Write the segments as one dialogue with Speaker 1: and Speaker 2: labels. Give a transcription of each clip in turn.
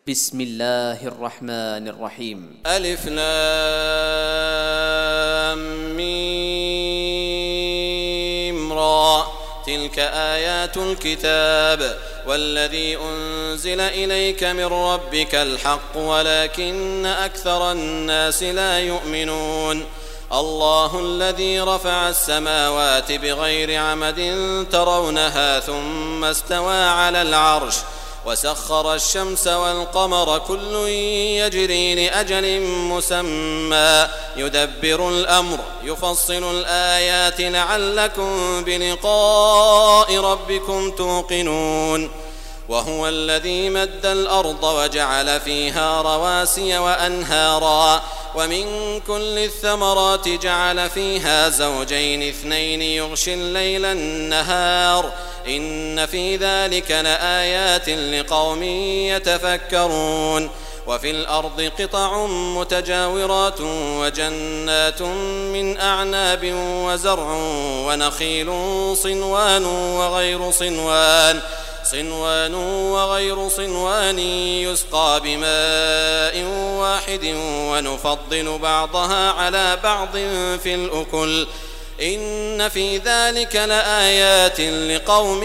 Speaker 1: بسم الله الرحمن الرحيم.
Speaker 2: ألف لام ميم را. تلك آيات الكتاب والذي أنزل إليك من ربك الحق ولكن أكثر الناس لا يؤمنون. الله الذي رفع السماوات بغير عمد ترونها ثم استوى على العرش وسخر الشمس والقمر كل يجري لأجل مسمى يدبر الأمر يفصل الآيات لعلكم بلقاء ربكم توقنون. وهو الذي مد الأرض وجعل فيها رواسي وأنهارا ومن كل الثمرات جعل فيها زوجين اثنين يغشي الليل النهار إن في ذلك لآيات لقوم يتفكرون. وفي الأرض قطع متجاورات وجنات من أعناب وزرع ونخيل صنوان وغير صنوان يسقى بماء واحد ونفضل بعضها على بعض في الأكل إن في ذلك لآيات لقوم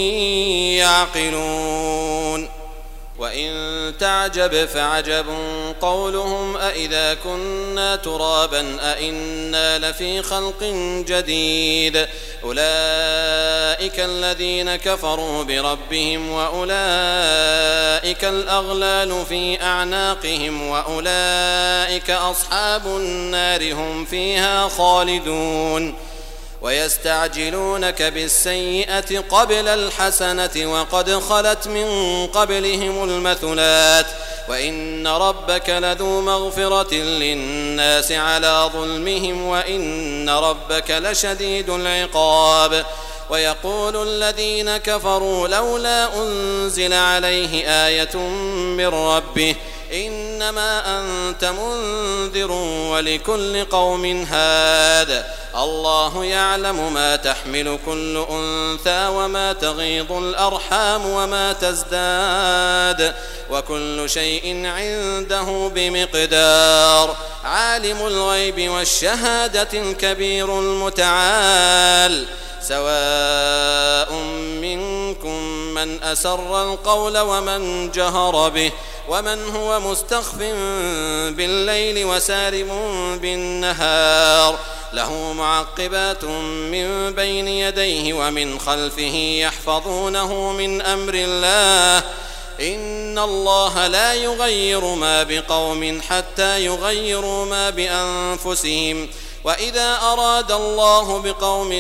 Speaker 2: يعقلون. وإن تعجب فعجب قولهم أإذا كنا ترابا أإنا لفي خلق جديد أولئك الذين كفروا بربهم وأولئك الأغلال في أعناقهم وأولئك أصحاب النار هم فيها خالدون. ويستعجلونك بالسيئة قبل الحسنة وقد خلت من قبلهم المثلات وإن ربك لذو مغفرة للناس على ظلمهم وإن ربك لشديد العقاب. ويقول الذين كفروا لولا أنزل عليه آية من ربه إنما أنت منذر ولكل قوم هاد الله يعلم ما تحمل كل أنثى وما تغيض الأرحام وما تزداد وكل شيء عنده بمقدار. عالم الغيب والشهادة الكبير المتعال سواء منكم من أسر القول ومن جهر به ومن هو مستخف بالليل وسارب بالنهار له معقبات من بين يديه ومن خلفه يحفظونه من أمر الله إن الله لا يغير ما بقوم حتى يغيروا ما بأنفسهم وإذا أراد الله بقوم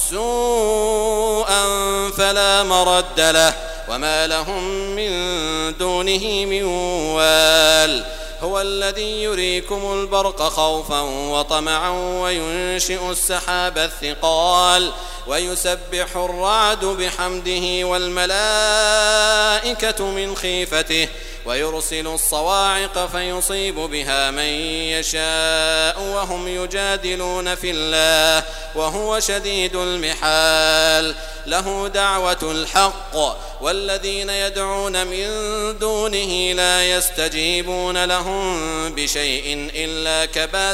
Speaker 2: سوءا فلا مرد له وما لهم من دونه من وال. هو الذي يريكم البرق خوفا وطمعا وينشئ السحاب الثقال ويسبح الرعد بحمده والملائكة من خيفته ويرسل الصواعق فيصيب بها من يشاء وهم يجادلون في الله وهو شديد المحال. له دعوة الحق والذين يدعون من دونه لا يستجيبون لهم بشيء إلا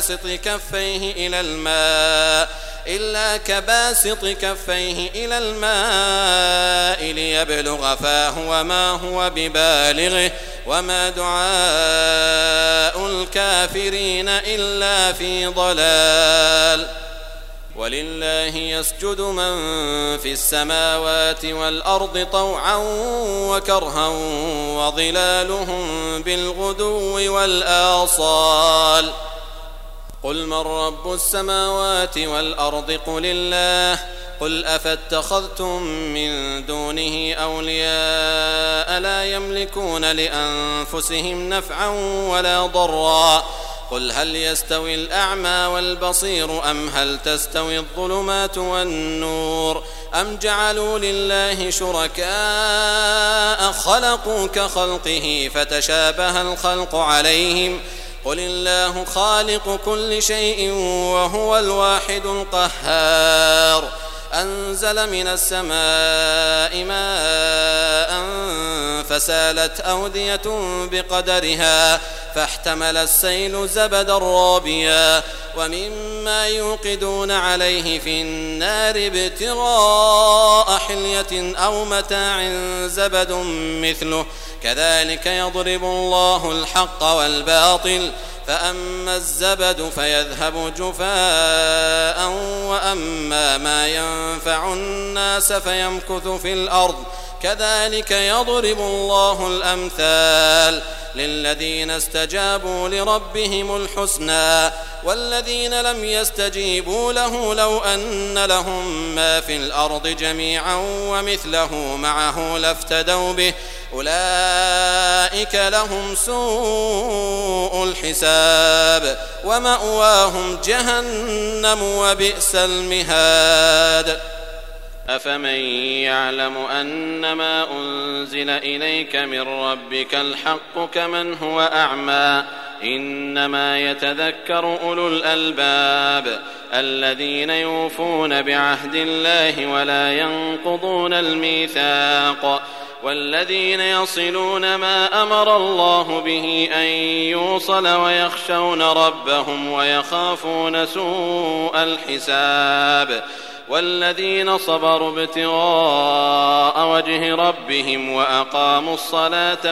Speaker 2: كباسط كفيه إلى الماء ليبلغ فاه وما هو ببالغه وما دعاء الكافرين إلا في ضلال. ولله يسجد من في السماوات والأرض طوعا وكرها وظلالهم بالغدو والآصال. قل من رب السماوات والأرض قل الله قل أفاتخذتم من دونه أولياء لا يملكون لأنفسهم نفعا ولا ضرا قل هل يستوي الأعمى والبصير أم هل تستوي الظلمات والنور أم جعلوا لله شركاء خلقوا كخلقه فتشابه الخلق عليهم قل الله خالق كل شيء وهو الواحد القهار. أنزل من السماء ماء فسالت أودية بقدرها فاحتمل السيل زبدا رابيا ومما يوقدون عليه في النار ابتغاء حلية أو متاع زبد مثله كذلك يضرب الله الحق والباطل فأما الزبد فيذهب جفاء وأما ما ينفع الناس فيمكث في الأرض كذلك يضرب الله الأمثال للذين استجابوا لربهم الحسنى والذين لم يستجيبوا له لو أن لهم ما في الأرض جميعا ومثله معه لافتدوا به أولئك لهم سوء الحساب ومأواهم جهنم وبئس المهاد أفمن يعلم أنما أنزل إليك من ربك الحق كمن هو أعمى إنما يتذكر أولو الألباب الذين يوفون بعهد الله ولا ينقضون الميثاق والذين يصلون ما أمر الله به أن يوصل ويخشون ربهم ويخافون سوء الحساب والذين صبروا ابتغاء وجه ربهم وأقاموا الصلاة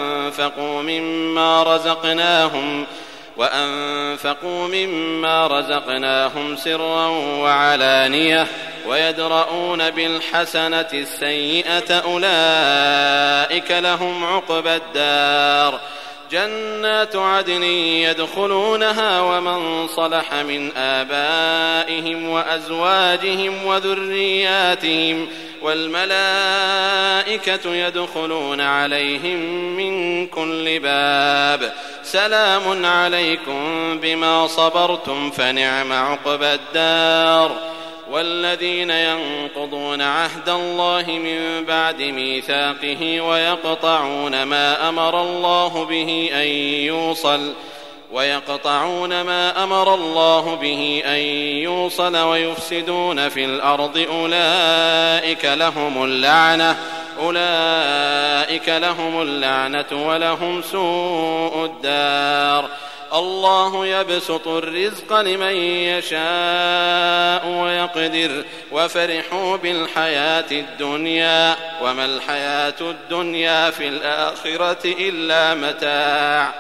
Speaker 2: وأنفقوا مما رزقناهم سرا وعلانية ويدرؤون بالحسنة السيئة أولئك لهم عقبى الدار جنات عدن يدخلونها ومن صلح من آبائهم وأزواجهم وذرياتهم والملائكة يدخلون عليهم من كل باب سلام عليكم بما صبرتم فنعم عقبى الدار والذين ينقضون عهد الله من بعد ميثاقه ويقطعون ما أمر الله به أن يوصل ويفسدون في الأرض أولئك لهم اللعنة ولهم سوء الدار الله يبسط الرزق لمن يشاء ويقدر وفرحوا بالحياة الدنيا وما الحياة الدنيا في الآخرة إلا متاع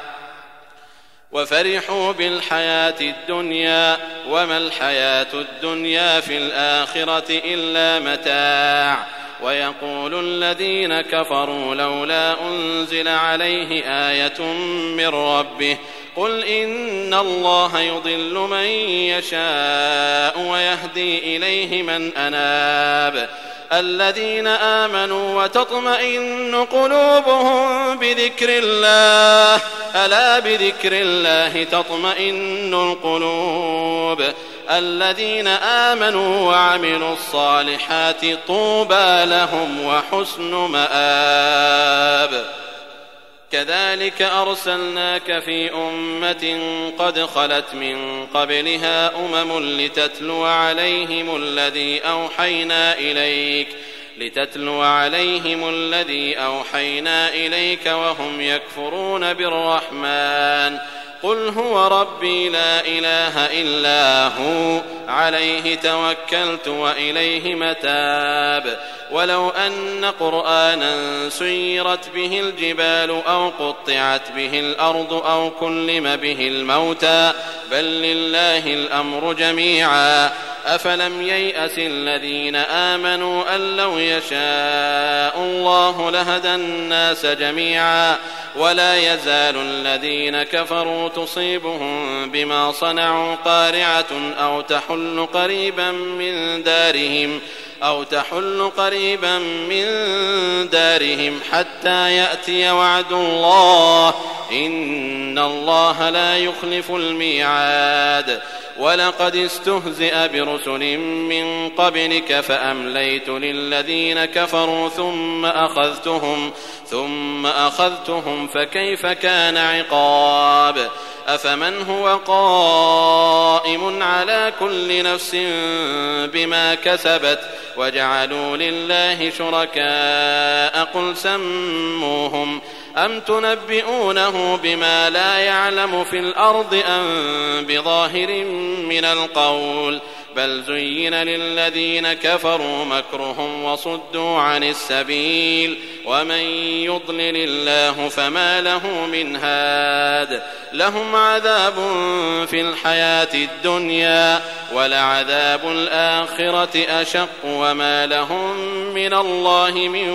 Speaker 2: ويقول الذين كفروا لولا أنزل عليه آية من ربه قل إن الله يضل من يشاء ويهدي إليه من أناب الذين آمنوا وتطمئن قلوبهم بذكر الله ألا بذكر الله تطمئن القلوب الذين آمنوا وعملوا الصالحات طوبى لهم وحسن مآب كذلك أرسلناك في أمة قد خلت من قبلها لتتلو عليهم الذي أوحينا إليك وهم يكفرون بالرحمن قل هو ربي لا إله إلا هو عليه توكلت وإليه متاب ولو أن قرآنا سيرت به الجبال أو قطعت به الأرض أو كلم به الموتى بل لله الأمر جميعا أفلم ييأس الذين آمنوا أن لو يشاء الله لهدى الناس جميعا ولا يزال الذين كفروا تصيبهم بما صنعوا قارعة أو تحل قريبا من دارهم حتى يأتي وعد الله إن الله لا يخلف الميعاد ولقد استهزئ برسل من قبلك فأمليت للذين كفروا ثم أخذتهم فكيف كان عقاب أفمن هو قائم على كل نفس بما كسبت وجعلوا لله شركاء قل سموهم أم تنبئونه بما لا يعلم في الأرض أم بظاهر من القول بل زين للذين كفروا مكرهم وصدوا عن السبيل ومن يضلل الله فما له من هاد لهم عذاب في الحياة الدنيا ولعذاب الآخرة أشق وما لهم من الله من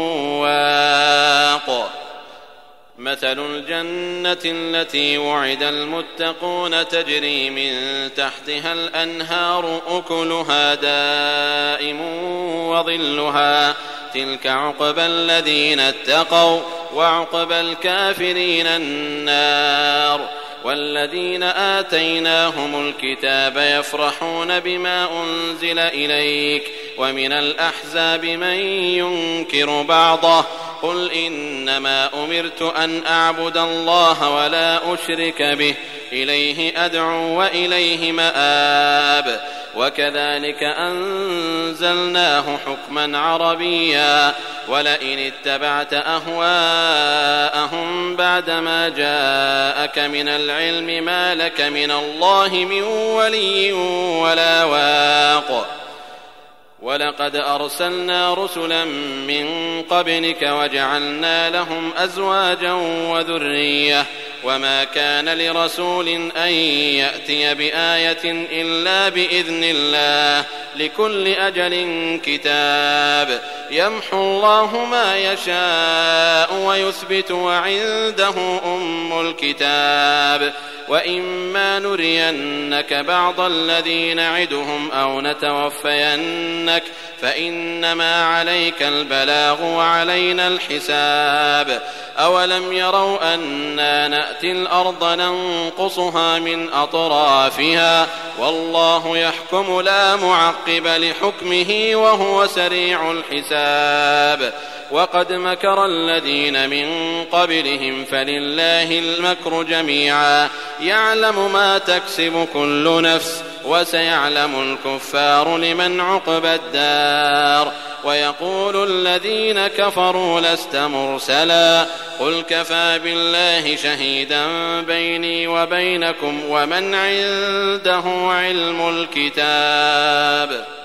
Speaker 2: واق مثل الجنة التي وعد المتقون تجري من تحتها الأنهار أكلها دائم وظلها تلك عقبى الذين اتقوا وعقبى الكافرين النار والذين آتيناهم الكتاب يفرحون بما أنزل إليك ومن الأحزاب من ينكر بعضه قل إنما أمرت أن أعبد الله ولا أشرك به إليه أدعو وإليه مآب وكذلك أنزلناه حكما عربيا ولئن اتبعت أهواءهم بعدما جاءك من العلم ما لك من الله من ولي ولا واق ولقد أرسلنا رسلا من قبلك وجعلنا لهم أزواجا وذرية وما كان لرسول أن يأتي بآية إلا بإذن الله لكل أجل كتاب يمحو الله ما يشاء ويثبت وعنده أم الكتاب وإما نرينك بعض الذي نعدهم أو نتوفينك فإنما عليك البلاغ وعلينا الحساب أولم يروا أنا نأتي الأرض ننقصها من أطرافها والله يحكم لا معقب لحكمه وهو سريع الحساب وقد مكر الذين من قبلهم فلله المكر جميعا يعلم ما تكسب كل نفس وسيعلم الكفار لمن عقبى الدار ويقول الذين كفروا لست مرسلا قل كفى بالله شهيدا بيني وبينكم ومن عنده علم الكتاب